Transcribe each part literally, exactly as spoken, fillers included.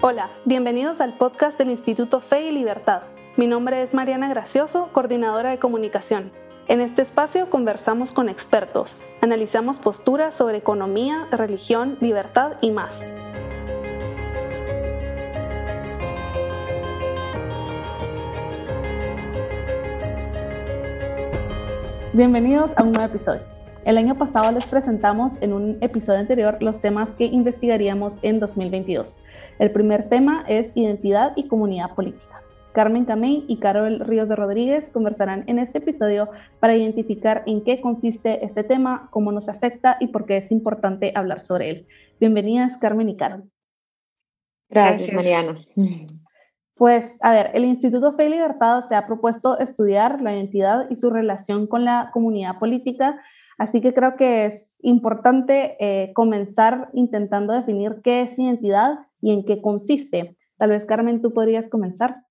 Hola, bienvenidos al podcast del Instituto Fe y Libertad. Mi nombre es Mariana Gracioso, coordinadora de comunicación. En este espacio conversamos con expertos, analizamos posturas sobre economía, religión, libertad y más. Bienvenidos a un nuevo episodio. El año pasado les presentamos en un episodio anterior los temas que investigaríamos en dos mil veintidós. El primer tema es identidad y comunidad política. Carmen Camey y Carol Ríos de Rodríguez conversarán en este episodio para identificar en qué consiste este tema, cómo nos afecta y por qué es importante hablar sobre él. Bienvenidas, Carmen y Carol. Gracias, Gracias. Mariana. Pues, a ver, el Instituto Fe y Libertad se ha propuesto estudiar la identidad y su relación con la comunidad política, así que creo que es importante eh, comenzar intentando definir qué es identidad y en qué consiste. Tal vez, Carmen, tú podrías comenzar.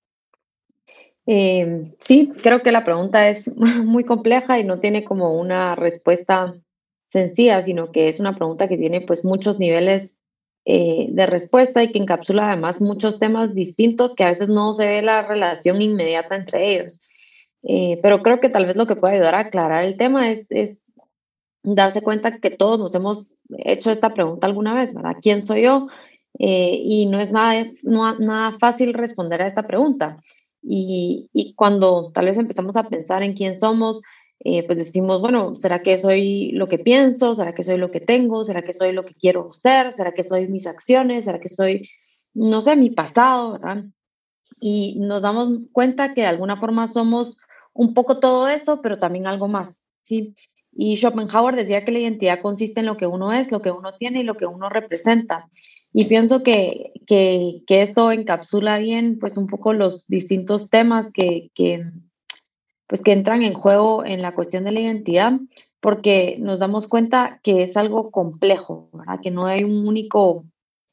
Eh, sí, creo que la pregunta es muy compleja y no tiene como una respuesta sencilla, sino que es una pregunta que tiene pues muchos niveles eh, de respuesta y que encapsula además muchos temas distintos que a veces no se ve la relación inmediata entre ellos. Eh, pero creo que tal vez lo que puede ayudar a aclarar el tema es, es darse cuenta que todos nos hemos hecho esta pregunta alguna vez, ¿verdad? ¿Quién soy yo? Eh, y no es nada, no, nada fácil responder a esta pregunta. Y, y cuando tal vez empezamos a pensar en quién somos, eh, pues decimos, bueno, ¿será que soy lo que pienso? ¿Será que soy lo que tengo? ¿Será que soy lo que quiero ser? ¿Será que soy mis acciones? ¿Será que soy, no sé, mi pasado? ¿Verdad? Y nos damos cuenta que de alguna forma somos un poco todo eso, pero también algo más, ¿sí? Y Schopenhauer decía que la identidad consiste en lo que uno es, lo que uno tiene y lo que uno representa. Y pienso que, que, que esto encapsula bien pues un poco los distintos temas que, que, pues, que entran en juego en la cuestión de la identidad, porque nos damos cuenta que es algo complejo, ¿verdad? Que no hay un único,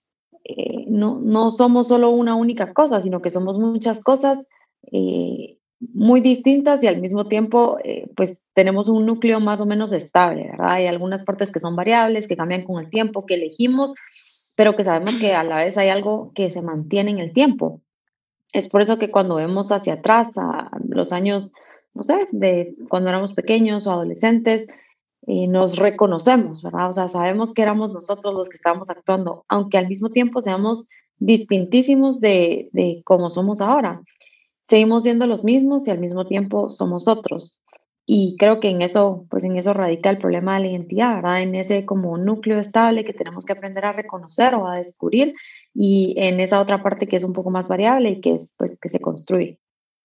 eh, no, no somos solo una única cosa, sino que somos muchas cosas eh, muy distintas y al mismo tiempo eh, pues tenemos un núcleo más o menos estable, ¿verdad? Hay algunas partes que son variables, que cambian con el tiempo, que elegimos, pero que sabemos que a la vez hay algo que se mantiene en el tiempo. Es por eso que cuando vemos hacia atrás, a los años, no sé, de cuando éramos pequeños o adolescentes, eh, nos reconocemos, ¿verdad? O sea, sabemos que éramos nosotros los que estábamos actuando, aunque al mismo tiempo seamos distintísimos de, de cómo somos ahora. Seguimos siendo los mismos y al mismo tiempo somos otros. Y creo que en eso, pues en eso radica el problema de la identidad, ¿verdad? En ese como núcleo estable que tenemos que aprender a reconocer o a descubrir y en esa otra parte que es un poco más variable y que es, pues, que se construye.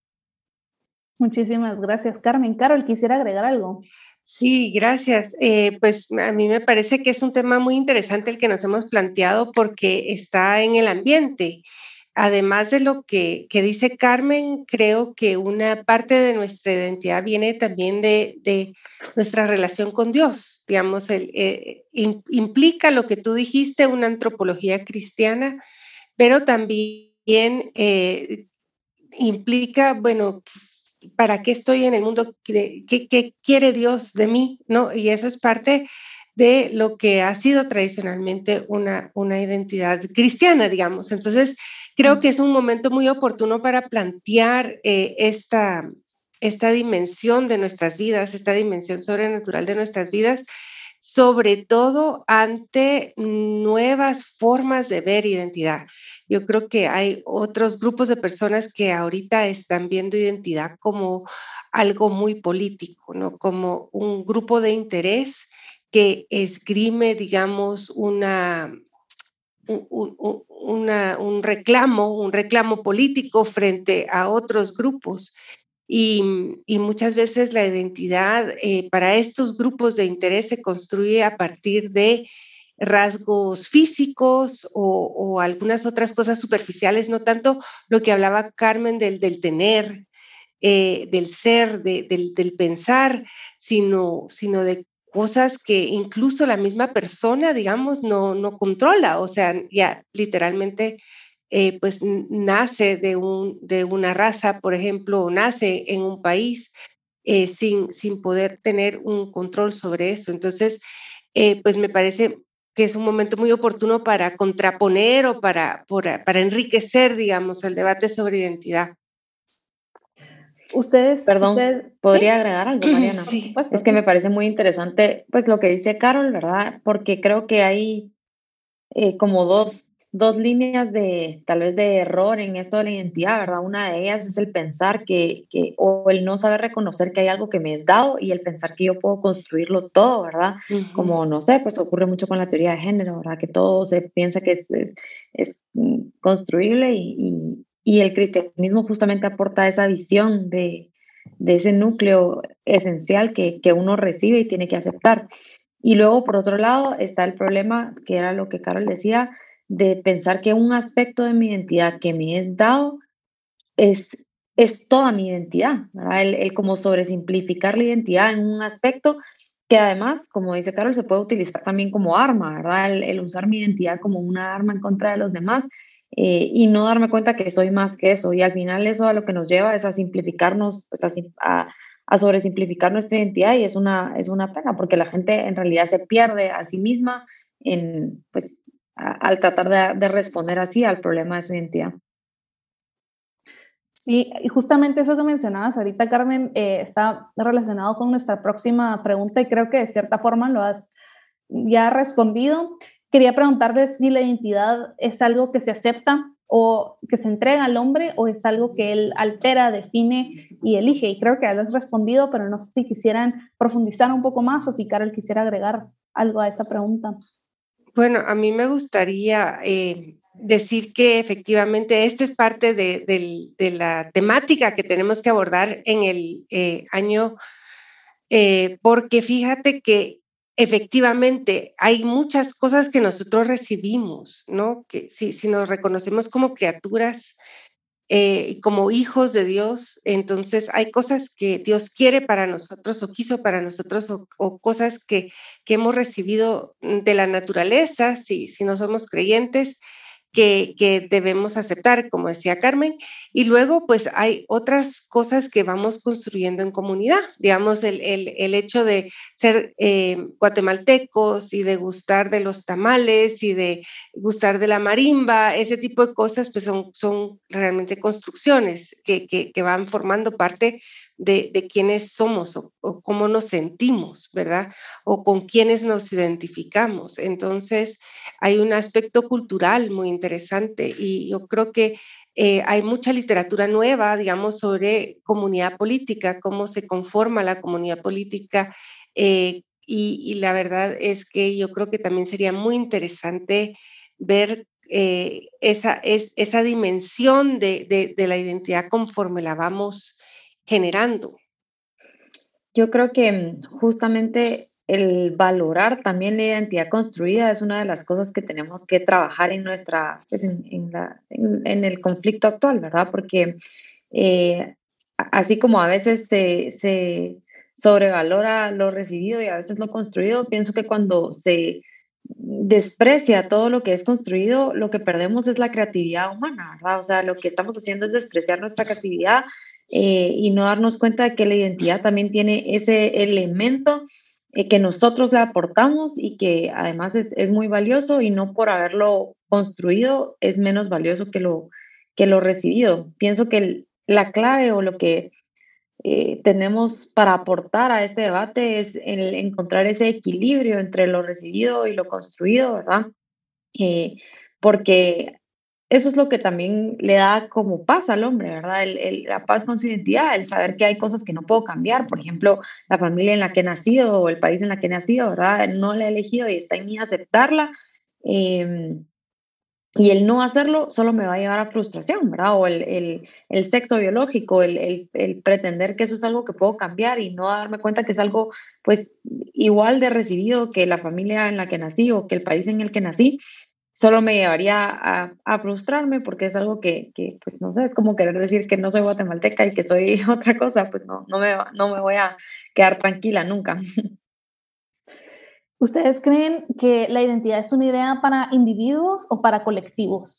Muchísimas gracias, Carmen. Carol, quisiera agregar algo. Sí, gracias. Eh, pues a mí me parece que es un tema muy interesante el que nos hemos planteado porque está en el ambiente. Además de lo que, que dice Carmen, creo que una parte de nuestra identidad viene también de, de nuestra relación con Dios. Digamos, el, eh, in, implica lo que tú dijiste, una antropología cristiana, pero también eh, implica, bueno, ¿para qué estoy en el mundo? ¿Qué, qué quiere Dios de mí? ¿No? Y eso es parte de lo que ha sido tradicionalmente una, una identidad cristiana, digamos. Entonces, creo que es un momento muy oportuno para plantear eh, esta, esta dimensión de nuestras vidas, esta dimensión sobrenatural de nuestras vidas, sobre todo ante nuevas formas de ver identidad. Yo creo que hay otros grupos de personas que ahorita están viendo identidad como algo muy político, ¿no? Como un grupo de interés que esgrime, digamos, una, un, un, una, un reclamo, un reclamo político frente a otros grupos. Y, y muchas veces la identidad eh, para estos grupos de interés se construye a partir de rasgos físicos o, o algunas otras cosas superficiales, no tanto lo que hablaba Carmen del, del tener, eh, del ser, de, del, del pensar, sino, sino de cosas que incluso la misma persona, digamos, no, no controla. O sea, ya literalmente, eh, pues nace de, un, de una raza, por ejemplo, o nace en un país eh, sin, sin poder tener un control sobre eso. Entonces, eh, pues me parece que es un momento muy oportuno para contraponer o para, para, para enriquecer, digamos, el debate sobre identidad. Ustedes, Perdón, usted, ¿podría ¿sí? agregar algo, Mariana? Por Sí. supuesto, Es que sí. me parece muy interesante, pues, lo que dice Carol, ¿verdad? Porque creo que hay eh, como dos, dos líneas de, tal vez, de error en esto de la identidad, ¿verdad? Una de ellas es el pensar que, que, o el no saber reconocer que hay algo que me es dado y el pensar que yo puedo construirlo todo, ¿verdad? Ujú. Como, no sé, pues ocurre mucho con la teoría de género, ¿verdad? Que todo se piensa que es, es, es mm, construible y, y, y el cristianismo justamente aporta esa visión de, de ese núcleo esencial que, que uno recibe y tiene que aceptar. Y luego, por otro lado, está el problema, que era lo que Carol decía, de pensar que un aspecto de mi identidad que me es dado es, es toda mi identidad, ¿verdad? El, el como sobresimplificar la identidad en un aspecto que además, como dice Carol, se puede utilizar también como arma, ¿verdad? El, el usar mi identidad como una arma en contra de los demás eh, y no darme cuenta que soy más que eso. Y al final eso a lo que nos lleva es a simplificarnos, pues a, a, a sobresimplificar nuestra identidad y es una, es una pena porque la gente en realidad se pierde a sí misma en, pues, a, al tratar de, de responder así al problema de su identidad. Sí, y justamente eso que mencionabas ahorita, Carmen, eh, está relacionado con nuestra próxima pregunta y creo que de cierta forma lo has ya respondido. Quería preguntarle si la identidad es algo que se acepta o que se entrega al hombre o es algo que él altera, define y elige. Y creo que ya lo has respondido, pero no sé si quisieran profundizar un poco más o si Carol quisiera agregar algo a esa pregunta. Bueno, a mí me gustaría eh, decir que efectivamente esta es parte de, de, de, la temática que tenemos que abordar en el eh, año, eh, porque fíjate que efectivamente hay muchas cosas que nosotros recibimos, ¿no? Que si, si nos reconocemos como criaturas, eh, como hijos de Dios, entonces hay cosas que Dios quiere para nosotros o quiso para nosotros o, o cosas que, que hemos recibido de la naturaleza, si, si no somos creyentes, que, que debemos aceptar, como decía Carmen, y luego pues hay otras cosas que vamos construyendo en comunidad, digamos el, el, el hecho de ser eh, guatemaltecos y de gustar de los tamales y de gustar de la marimba, ese tipo de cosas pues son, son realmente construcciones que, que, que van formando parte de, de quiénes somos o, o cómo nos sentimos, ¿verdad? O con quiénes nos identificamos. Entonces, hay un aspecto cultural muy interesante y yo creo que eh, hay mucha literatura nueva, digamos, sobre comunidad política, cómo se conforma la comunidad política eh, y, y la verdad es que yo creo que también sería muy interesante ver eh, esa, es, esa dimensión de, de, de la identidad conforme la vamos generando. Yo creo que justamente el valorar también la identidad construida es una de las cosas que tenemos que trabajar en nuestra, pues en, en, la, en, en el conflicto actual, ¿verdad? Porque eh, así como a veces se, se sobrevalora lo recibido y a veces lo construido, pienso que cuando se desprecia todo lo que es construido, lo que perdemos es la creatividad humana, ¿verdad? O sea, lo que estamos haciendo es despreciar nuestra creatividad eh, y no darnos cuenta de que la identidad también tiene ese elemento eh, que nosotros le aportamos y que además es, es muy valioso y no por haberlo construido es menos valioso que lo, que lo recibido. Pienso que el, la clave o lo que eh, tenemos para aportar a este debate es el encontrar ese equilibrio entre lo recibido y lo construido, ¿verdad? Eh, porque eso es lo que también le da como paz al hombre, ¿verdad? El, el, la paz con su identidad, el saber que hay cosas que no puedo cambiar, por ejemplo, la familia en la que he nacido o el país en la que he nacido, ¿verdad? No la he elegido y está en mí aceptarla. Eh, y el no hacerlo solo me va a llevar a frustración, ¿verdad? O el, el, el sexo biológico, el, el, el pretender que eso es algo que puedo cambiar y no darme cuenta que es algo, pues, igual de recibido que la familia en la que nací o que el país en el que nací, solo me llevaría a, a frustrarme porque es algo que, que, pues, no sé, es como querer decir que no soy guatemalteca y que soy otra cosa, pues no, no, me, no me voy a quedar tranquila nunca. ¿Ustedes creen que la identidad es una idea para individuos o para colectivos?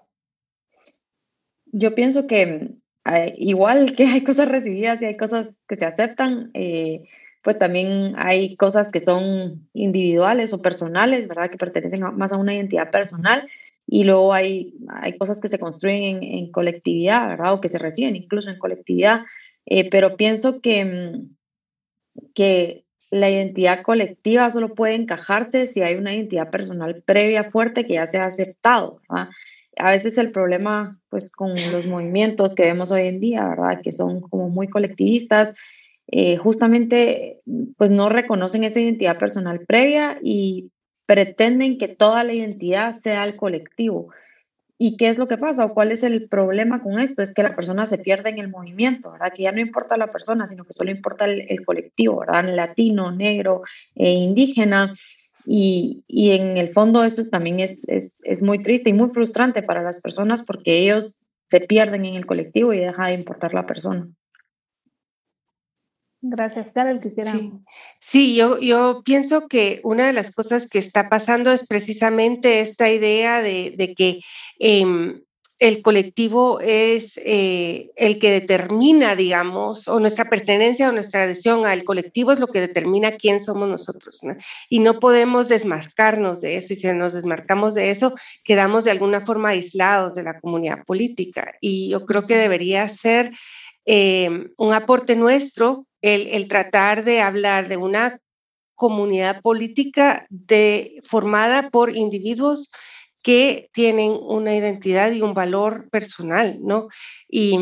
Yo pienso que eh, igual que hay cosas recibidas y hay cosas que se aceptan, eh, pues también hay cosas que son individuales o personales, ¿verdad? Que pertenecen a- más a una identidad personal. Y luego hay, hay cosas que se construyen en, en colectividad, ¿verdad? O que se reciben incluso en colectividad. Eh, pero pienso que, mm, que la identidad colectiva solo puede encajarse si hay una identidad personal previa fuerte que ya se ha aceptado, ¿verdad? A veces el problema, pues, con los movimientos que vemos hoy en día, ¿verdad? Que son como muy colectivistas, eh, justamente, pues, no reconocen esa identidad personal previa y pretenden que toda la identidad sea el colectivo. ¿Y qué es lo que pasa o cuál es el problema con esto? Es que la persona se pierde en el movimiento, ¿verdad? Que ya no importa la persona, sino que solo importa el, el colectivo, ¿verdad? Latino, negro, eh, indígena. Y, y en el fondo eso también es, es, es muy triste y muy frustrante para las personas porque ellos se pierden en el colectivo y deja de importar la persona. Gracias, Carol. Quisiera. Sí, sí, yo, yo pienso que una de las cosas que está pasando es precisamente esta idea de, de que em, el colectivo es eh, el que determina, digamos, o nuestra pertenencia o nuestra adhesión al colectivo es lo que determina quién somos nosotros, ¿no? Y no podemos desmarcarnos de eso, y si nos desmarcamos de eso, quedamos de alguna forma aislados de la comunidad política. Y yo creo que debería ser eh, un aporte nuestro el, el tratar de hablar de una comunidad política de, formada por individuos que tienen una identidad y un valor personal, ¿no? Y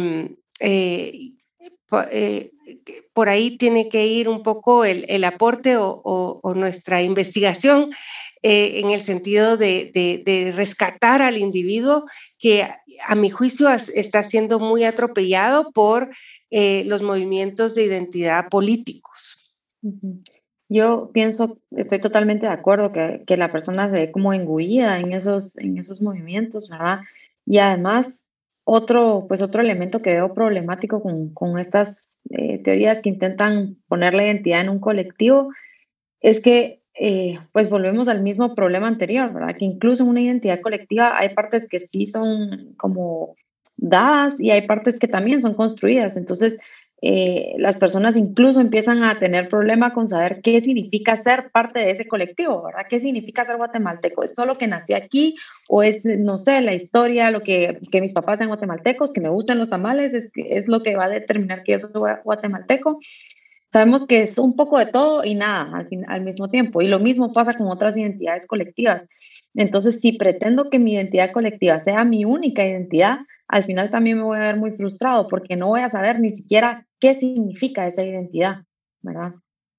eh, po- eh, por ahí tiene que ir un poco el, el aporte o, o, o, nuestra investigación eh, en el sentido de, de, de rescatar al individuo que a mi juicio está siendo muy atropellado por eh, los movimientos de identidad políticos. Ujú. Yo pienso, estoy totalmente de acuerdo que, que la persona se ve como engullida en esos, en esos movimientos, ¿verdad? Y además, otro, pues otro elemento que veo problemático con, con estas eh, teorías que intentan poner la identidad en un colectivo es que, eh, pues volvemos al mismo problema anterior, ¿verdad? Que incluso en una identidad colectiva hay partes que sí son como dadas y hay partes que también son construidas. Entonces, eh, las personas incluso empiezan a tener problema con saber qué significa ser parte de ese colectivo, ¿verdad? ¿Qué significa ser guatemalteco? ¿Es solo que nací aquí o es, no sé, la historia, lo que, que mis papás sean guatemaltecos, que me gustan los tamales, es, es lo que va a determinar que yo soy guatemalteco? Sabemos que es un poco de todo y nada al, fin, al mismo tiempo. Y lo mismo pasa con otras identidades colectivas. Entonces, si pretendo que mi identidad colectiva sea mi única identidad, al final también me voy a ver muy frustrado porque no voy a saber ni siquiera qué significa esa identidad, ¿verdad?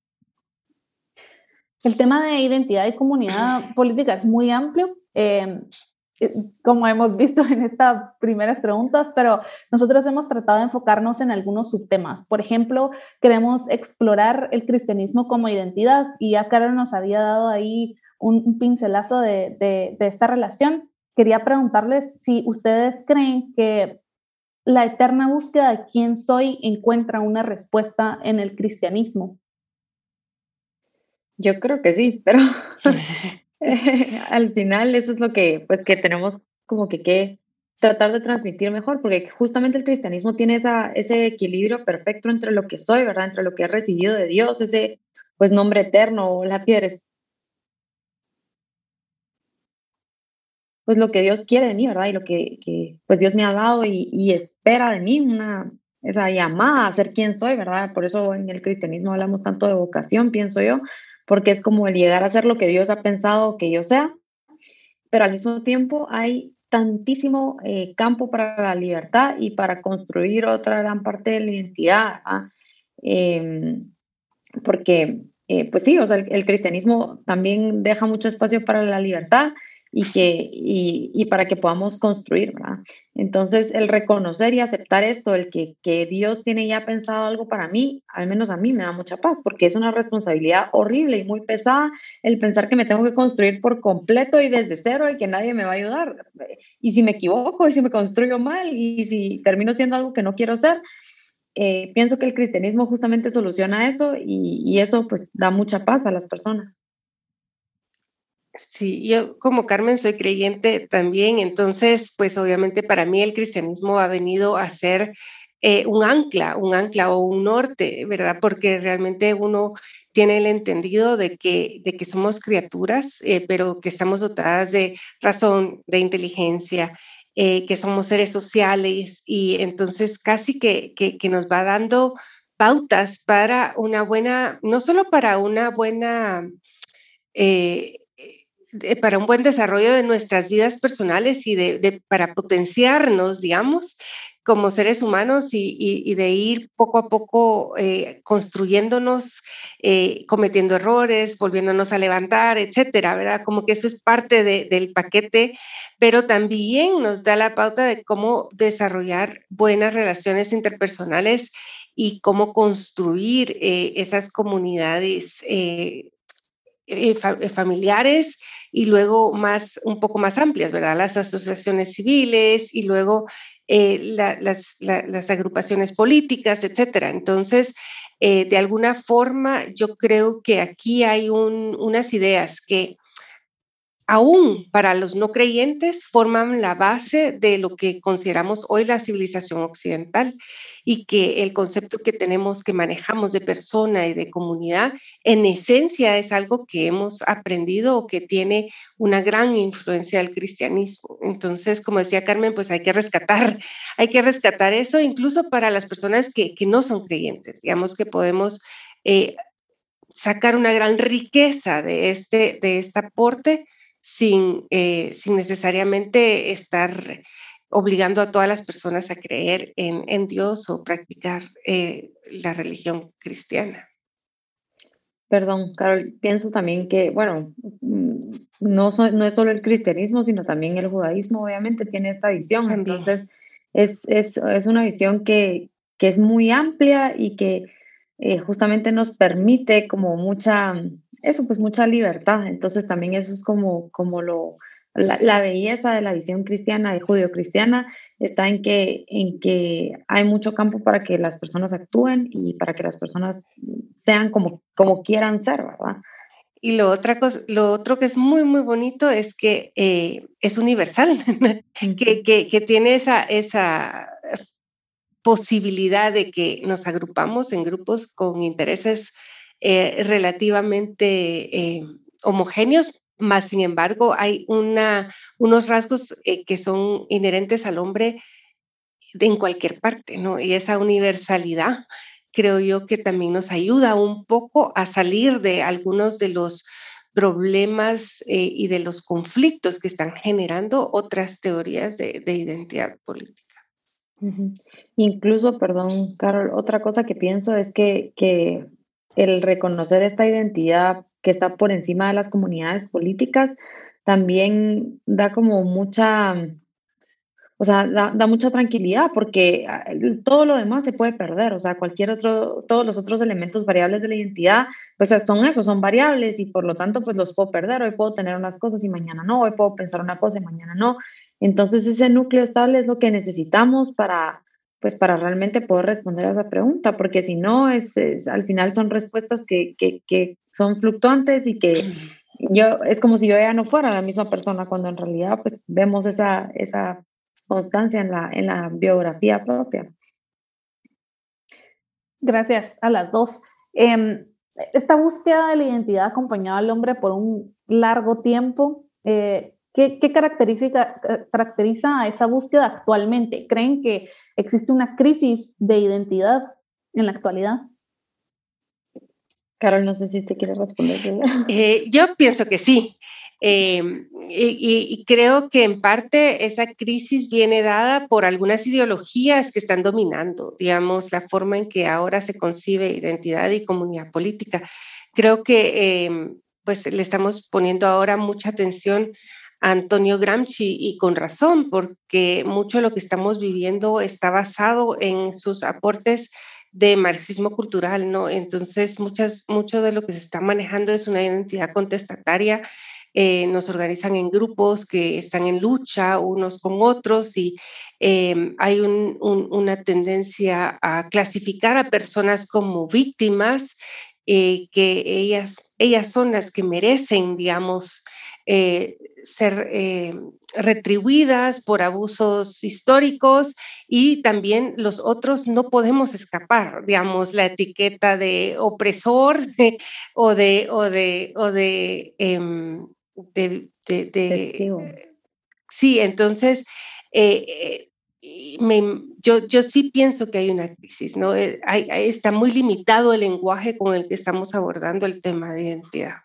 El tema de identidad y comunidad política es muy amplio, eh, como hemos visto en estas primeras preguntas, pero nosotros hemos tratado de enfocarnos en algunos subtemas. Por ejemplo, queremos explorar el cristianismo como identidad y ya Carol nos había dado ahí un, un pincelazo de, de, de esta relación. Quería preguntarles si ustedes creen que la eterna búsqueda de quién soy encuentra una respuesta en el cristianismo. Yo creo que sí, pero al final eso es lo que, pues, que tenemos como que, que tratar de transmitir mejor, porque justamente el cristianismo tiene esa, ese equilibrio perfecto entre lo que soy, ¿verdad? Entre lo que he recibido de Dios, ese pues nombre eterno, la piedra, pues lo que Dios quiere de mí, ¿verdad? Y lo que, que pues Dios me ha dado y, y espera de mí, una, esa llamada a ser quien soy, ¿verdad? Por eso en el cristianismo hablamos tanto de vocación, pienso yo, porque es como el llegar a ser lo que Dios ha pensado que yo sea, pero al mismo tiempo hay tantísimo eh, campo para la libertad y para construir otra gran parte de la identidad, ¿verdad? Eh, porque, eh, pues sí, o sea, el, el, cristianismo también deja mucho espacio para la libertad y, que, y, y para que podamos construir, ¿verdad? Entonces, el reconocer y aceptar esto, el que, que Dios tiene ya pensado algo para mí, al menos a mí me da mucha paz, porque es una responsabilidad horrible y muy pesada el pensar que me tengo que construir por completo y desde cero y que nadie me va a ayudar. Y si me equivoco, y si me construyo mal, y si termino siendo algo que no quiero ser, eh, pienso que el cristianismo justamente soluciona eso y, y eso pues da mucha paz a las personas. Sí, yo como Carmen soy creyente también, entonces pues obviamente para mí el cristianismo ha venido a ser eh, un ancla, un ancla o un norte, ¿verdad? Porque realmente uno tiene el entendido de que, de que somos criaturas, eh, pero que estamos dotadas de razón, de inteligencia, eh, que somos seres sociales y entonces casi que, que, que nos va dando pautas para una buena, no solo para una buena, eh, de- para un buen desarrollo de nuestras vidas personales y de, de- para potenciarnos, digamos, como seres humanos y, y- y de ir poco a poco eh, construyéndonos, eh, cometiendo errores, volviéndonos a levantar, etcétera, ¿verdad? Como que eso es parte de- del paquete, pero también nos da la pauta de cómo desarrollar buenas relaciones interpersonales y cómo construir eh, esas comunidades eh, eh, fa- eh, familiares y luego más, un poco más amplias, ¿verdad? Las asociaciones civiles y luego eh, la- las, la- las agrupaciones políticas, etcétera. Entonces, eh, de alguna forma, yo creo que aquí hay un- unas ideas que aún para los no creyentes, forman la base de lo que consideramos hoy la civilización occidental y que el concepto que tenemos, que manejamos de persona y de comunidad, en esencia es algo que hemos aprendido o que tiene una gran influencia del cristianismo. Entonces, como decía Carmen, pues hay que rescatar, hay que rescatar eso incluso para las personas que, que no son creyentes. Digamos que podemos eh, sacar una gran riqueza de este, de este aporte sin, eh, sin necesariamente estar obligando a todas las personas a creer en, en Dios o practicar eh, la religión cristiana. Perdón, Carol, pienso también que, bueno, mm, no, so- no es solo el cristianismo, sino también el judaísmo, obviamente, tiene esta visión. También. Entonces, es, es, es una visión que, que es muy amplia y que eh, justamente nos permite como mucha, eso, pues mucha libertad. Entonces, también eso es como, como lo, la, la belleza de la visión cristiana y judio-cristiana está en que, en que hay mucho campo para que las personas actúen y para que las personas sean como, como quieran ser, ¿verdad? Y lo, otra cosa, lo otro que es muy, muy bonito es que eh, es universal, que, Ujú. que, que tiene esa, esa posibilidad de que nos agrupamos en grupos con intereses eh, relativamente eh, homogéneos, más sin embargo hay una, unos rasgos eh, que son inherentes al hombre de en cualquier parte, ¿no? Y esa universalidad creo yo que también nos ayuda un poco a salir de algunos de los problemas eh, y de los conflictos que están generando otras teorías de, de identidad política. Ujú. Incluso, perdón, Carol, otra cosa que pienso es que, que el reconocer esta identidad que está por encima de las comunidades políticas también da como mucha, o sea, da, da mucha tranquilidad porque ah, el- todo lo demás se puede perder, o sea, cualquier otro, todos los otros elementos variables de la identidad, pues ah, son eso, son variables y por lo tanto, pues los puedo perder. Hoy puedo tener unas cosas y mañana no, hoy puedo pensar una cosa y mañana no. Entonces, ese núcleo estable es lo que necesitamos para, pues, para realmente poder responder a esa pregunta, porque si no, es, es- al final son respuestas que, que, que son fluctuantes y que yo, es como si yo ya no fuera la misma persona, cuando en realidad, pues, vemos esa, esa constancia en la, en la biografía propia. Gracias a las dos. Eh, esta búsqueda de la identidad acompañaba al hombre por un largo tiempo. Eh, ¿qué, qué característica, caracteriza a esa búsqueda actualmente? ¿Creen que existe una crisis de identidad en la actualidad? Carol, no sé si te quieres responder primero. Eh, yo pienso que sí. Eh, y, y, creo que en parte esa crisis viene dada por algunas ideologías que están dominando, digamos, la forma en que ahora se concibe identidad y comunidad política. Creo que eh, pues le estamos poniendo ahora mucha atención a Antonio Gramsci y con razón, porque mucho de lo que estamos viviendo está basado en sus aportes de marxismo cultural, ¿no? Entonces, muchas, mucho de lo que se está manejando es una identidad contestataria. Eh, nos organizan en grupos que están en lucha unos con otros y eh, hay un, un, una tendencia a clasificar a personas como víctimas, eh, que ellas, ellas son las que merecen, digamos, eh, ser eh, retribuidas por abusos históricos y también los otros no podemos escapar, digamos, la etiqueta de opresor de, o de, o de, o de, um, de, de, de sí, entonces, eh, eh, me, yo, yo sí pienso que hay una crisis, ¿no? Eh, hay, hay, está muy limitado el lenguaje con el que estamos abordando el tema de identidad.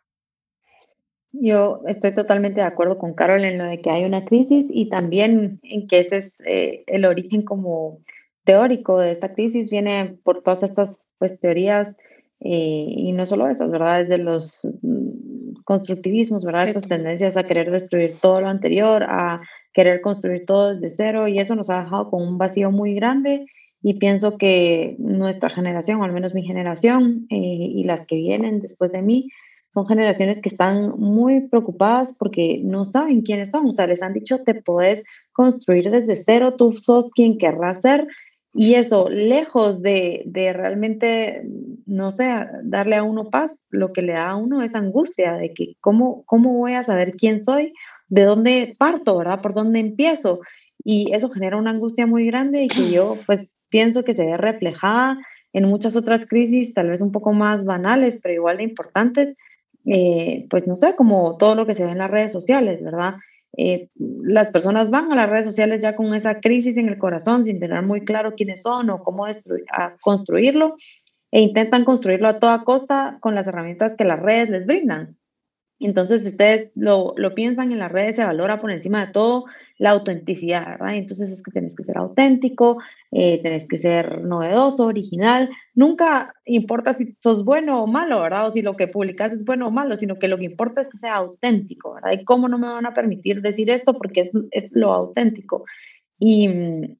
Yo estoy totalmente de acuerdo con Carol en lo de que hay una crisis y también en que ese es eh, el origen como teórico de esta crisis, viene por todas estas pues, teorías eh, y no solo esas, ¿verdad? Es de los mm, constructivismos, ¿verdad? Sí. Estas tendencias a querer destruir todo lo anterior, a querer construir todo desde cero y eso nos ha dejado con un vacío muy grande y pienso que nuestra generación, o al menos mi generación eh, y las que vienen después de mí, son generaciones que están muy preocupadas porque no saben quiénes son. O sea, les han dicho, te puedes construir desde cero, tú sos quien querrás ser. Y eso, lejos de, de realmente, no sé, darle a uno paz, lo que le da a uno es angustia de que cómo, cómo voy a saber quién soy, de dónde parto, ¿verdad? ¿Por dónde empiezo? Y eso genera una angustia muy grande y que yo pues pienso que se ve reflejada en muchas otras crisis, tal vez un poco más banales, pero igual de importantes, eh, pues no sé, como todo lo que se ve en las redes sociales, ¿verdad? Eh, las personas van a las redes sociales ya con esa crisis en el corazón, sin tener muy claro quiénes son o cómo destruir, a construirlo, e intentan construirlo a toda costa con las herramientas que las redes les brindan. Entonces, si ustedes lo, lo piensan, en las redes se valora por encima de todo la autenticidad, ¿verdad? Entonces es que tenés que ser auténtico, eh, tenés que ser novedoso, original. Nunca importa si sos bueno o malo, ¿verdad? O si lo que publicas es bueno o malo, sino que lo que importa es que sea auténtico, ¿verdad? Y cómo no me van a permitir decir esto porque es, es lo auténtico. Y mm,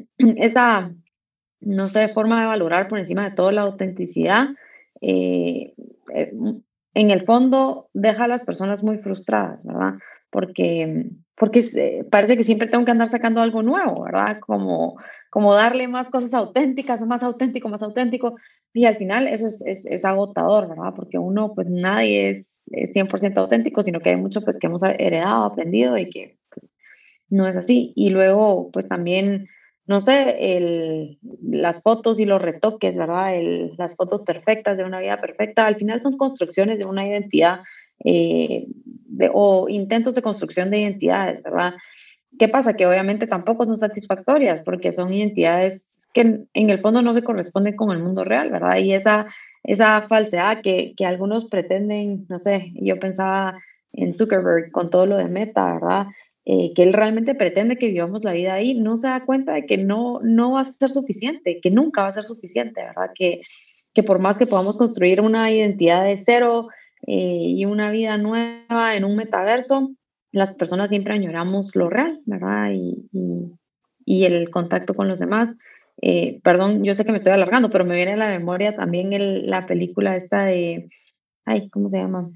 esa, no sé, forma de valorar por encima de todo la autenticidad, eh, eh, en el fondo deja a las personas muy frustradas, ¿verdad? Porque, porque se, parece que siempre tengo que andar sacando algo nuevo, ¿verdad? Como, como darle más cosas auténticas, más auténtico, más auténtico. Y al final eso es, es, es agotador, ¿verdad? Porque uno, pues nadie es, es cien por ciento auténtico, sino que hay mucho pues que hemos heredado, aprendido y que pues, no es así. Y luego, pues también no sé, el, las fotos y los retoques, ¿verdad? El, las fotos perfectas de una vida perfecta, al final son construcciones de una identidad eh, de, o intentos de construcción de identidades, ¿verdad? ¿Qué pasa? Que obviamente tampoco son satisfactorias porque son identidades que en, en el fondo no se corresponden con el mundo real, ¿verdad? Y esa, esa falsedad que, que algunos pretenden, no sé, yo pensaba en Zuckerberg con todo lo de Meta, ¿verdad? Eh, que él realmente pretende que vivamos la vida ahí, no se da cuenta de que no, no va a ser suficiente, que nunca va a ser suficiente, ¿verdad? Que, que por más que podamos construir una identidad de cero eh, y una vida nueva en un metaverso, las personas siempre añoramos lo real, ¿verdad? Y, y, y el contacto con los demás. Eh, perdón, yo sé que me estoy alargando, pero me viene a la memoria también el, la película esta de, ay, ¿cómo se llama?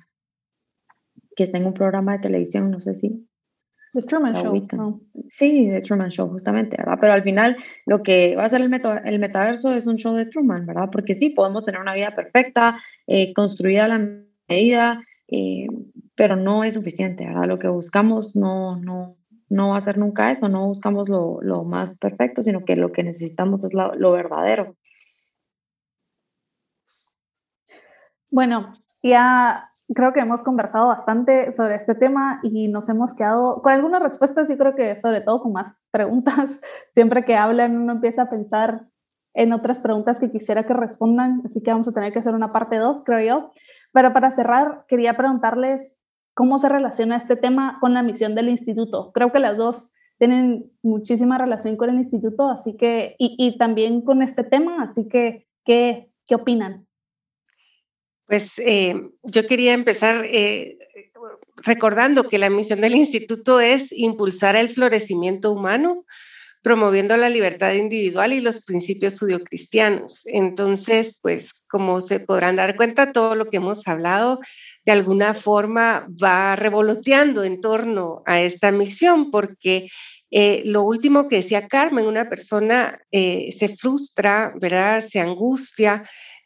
Que está en un programa de televisión, no sé si The Truman la Show. ubican. No. Sí, The Truman Show, justamente, ¿verdad? Pero al final lo que va a ser el, meta, el metaverso es un show de Truman, ¿verdad? Porque sí, podemos tener una vida perfecta, eh, construida a la medida, eh, pero no es suficiente, ¿verdad? Lo que buscamos no, no, no va a ser nunca eso, no buscamos lo, lo más perfecto, sino que lo que necesitamos es lo, lo verdadero. Bueno, ya creo que hemos conversado bastante sobre este tema y nos hemos quedado con algunas respuestas y creo que sobre todo con más preguntas. Siempre que hablan uno empieza a pensar en otras preguntas que quisiera que respondan, así que vamos a tener que hacer una parte dos, creo yo. Pero para cerrar, quería preguntarles cómo se relaciona este tema con la misión del instituto. Creo que las dos tienen muchísima relación con el instituto, así que, y, y también con este tema, así que, ¿qué, qué opinan? Pues eh, yo quería empezar eh, recordando que la misión del instituto es impulsar el florecimiento humano, promoviendo la libertad individual y los principios judio-cristianos. Entonces, pues como se podrán dar cuenta, todo lo que hemos hablado de alguna forma va revoloteando en torno a esta misión, porque eh, lo último que decía Carmen, una persona eh, se frustra, ¿verdad? Se angustia,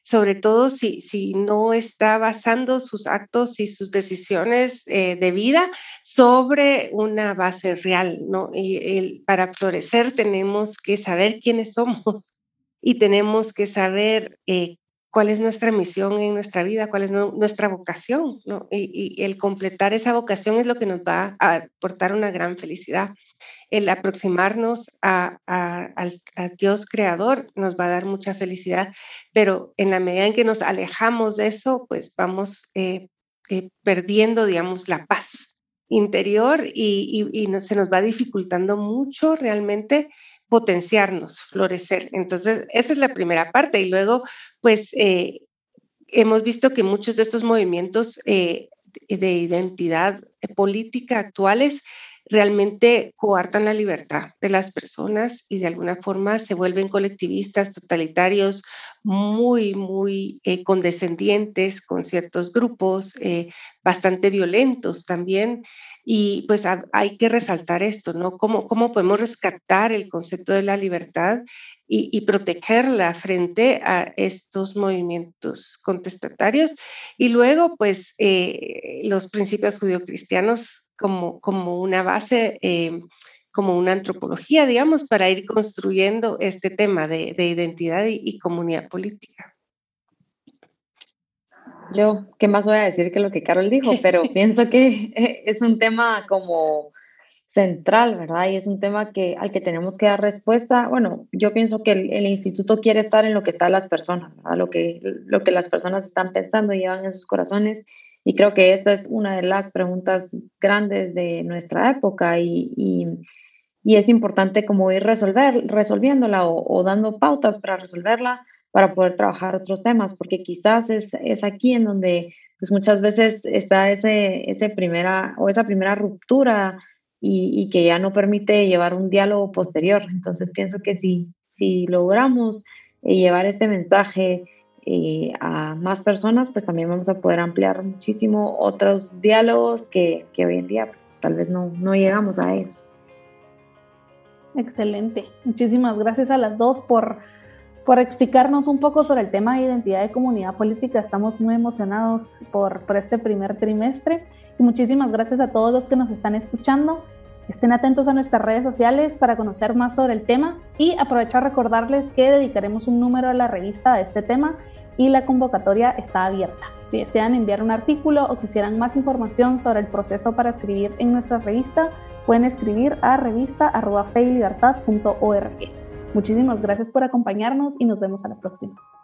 sobre todo si, si no está basando sus actos y sus decisiones eh, de vida sobre una base real, ¿no? Y el, para florecer tenemos que saber quiénes somos y tenemos que saber eh, cuál es nuestra misión en nuestra vida, cuál es no, nuestra vocación, ¿no? Y, y el completar esa vocación es lo que nos va a aportar una gran felicidad. El aproximarnos a, a, al, a Dios creador nos va a dar mucha felicidad, pero en la medida en que nos alejamos de eso, pues vamos eh, eh, perdiendo, digamos, la paz interior y, y, y no, se nos va dificultando mucho realmente potenciarnos, florecer. Entonces, esa es la primera parte. Y luego, pues, eh, hemos visto que muchos de estos movimientos eh, de identidad política actuales realmente coartan la libertad de las personas y de alguna forma se vuelven colectivistas, totalitarios, muy, muy eh, condescendientes con ciertos grupos, eh, bastante violentos también. Y pues ha, hay que resaltar esto, ¿no? ¿Cómo, cómo podemos rescatar el concepto de la libertad y, y protegerla frente a estos movimientos contestatarios? Y luego, pues, eh, los principios judio-cristianos como, como una base, eh, como una antropología, digamos, para ir construyendo este tema de, de identidad y, y comunidad política. Yo, ¿qué más voy a decir que lo que Carol dijo? Pero pienso que es un tema como central, ¿verdad? Y es un tema que, al que tenemos que dar respuesta. Bueno, yo pienso que el, el instituto quiere estar en lo que están las personas, ¿verdad? Lo que, lo que las personas están pensando y llevan en sus corazones. Y creo que esta es una de las preguntas grandes de nuestra época y, y, y es importante como ir resolver, resolviéndola o, o dando pautas para resolverla, para poder trabajar otros temas, porque quizás es, es aquí en donde pues muchas veces está ese, ese primera, o esa primera ruptura y, y que ya no permite llevar un diálogo posterior. Entonces pienso que si, si logramos eh, llevar este mensaje eh, a más personas, pues también vamos a poder ampliar muchísimo otros diálogos que, que hoy en día pues, tal vez no, no llegamos a ellos. Excelente. Muchísimas gracias a las dos por, por explicarnos un poco sobre el tema de identidad y comunidad política. Estamos muy emocionados por, por este primer trimestre y muchísimas gracias a todos los que nos están escuchando. Estén atentos a nuestras redes sociales para conocer más sobre el tema y aprovecho a recordarles que dedicaremos un número a la revista de este tema y la convocatoria está abierta. Si desean enviar un artículo o quisieran más información sobre el proceso para escribir en nuestra revista, pueden escribir a revista arroba fe y libertad punto org. Muchísimas gracias por acompañarnos y nos vemos a la próxima.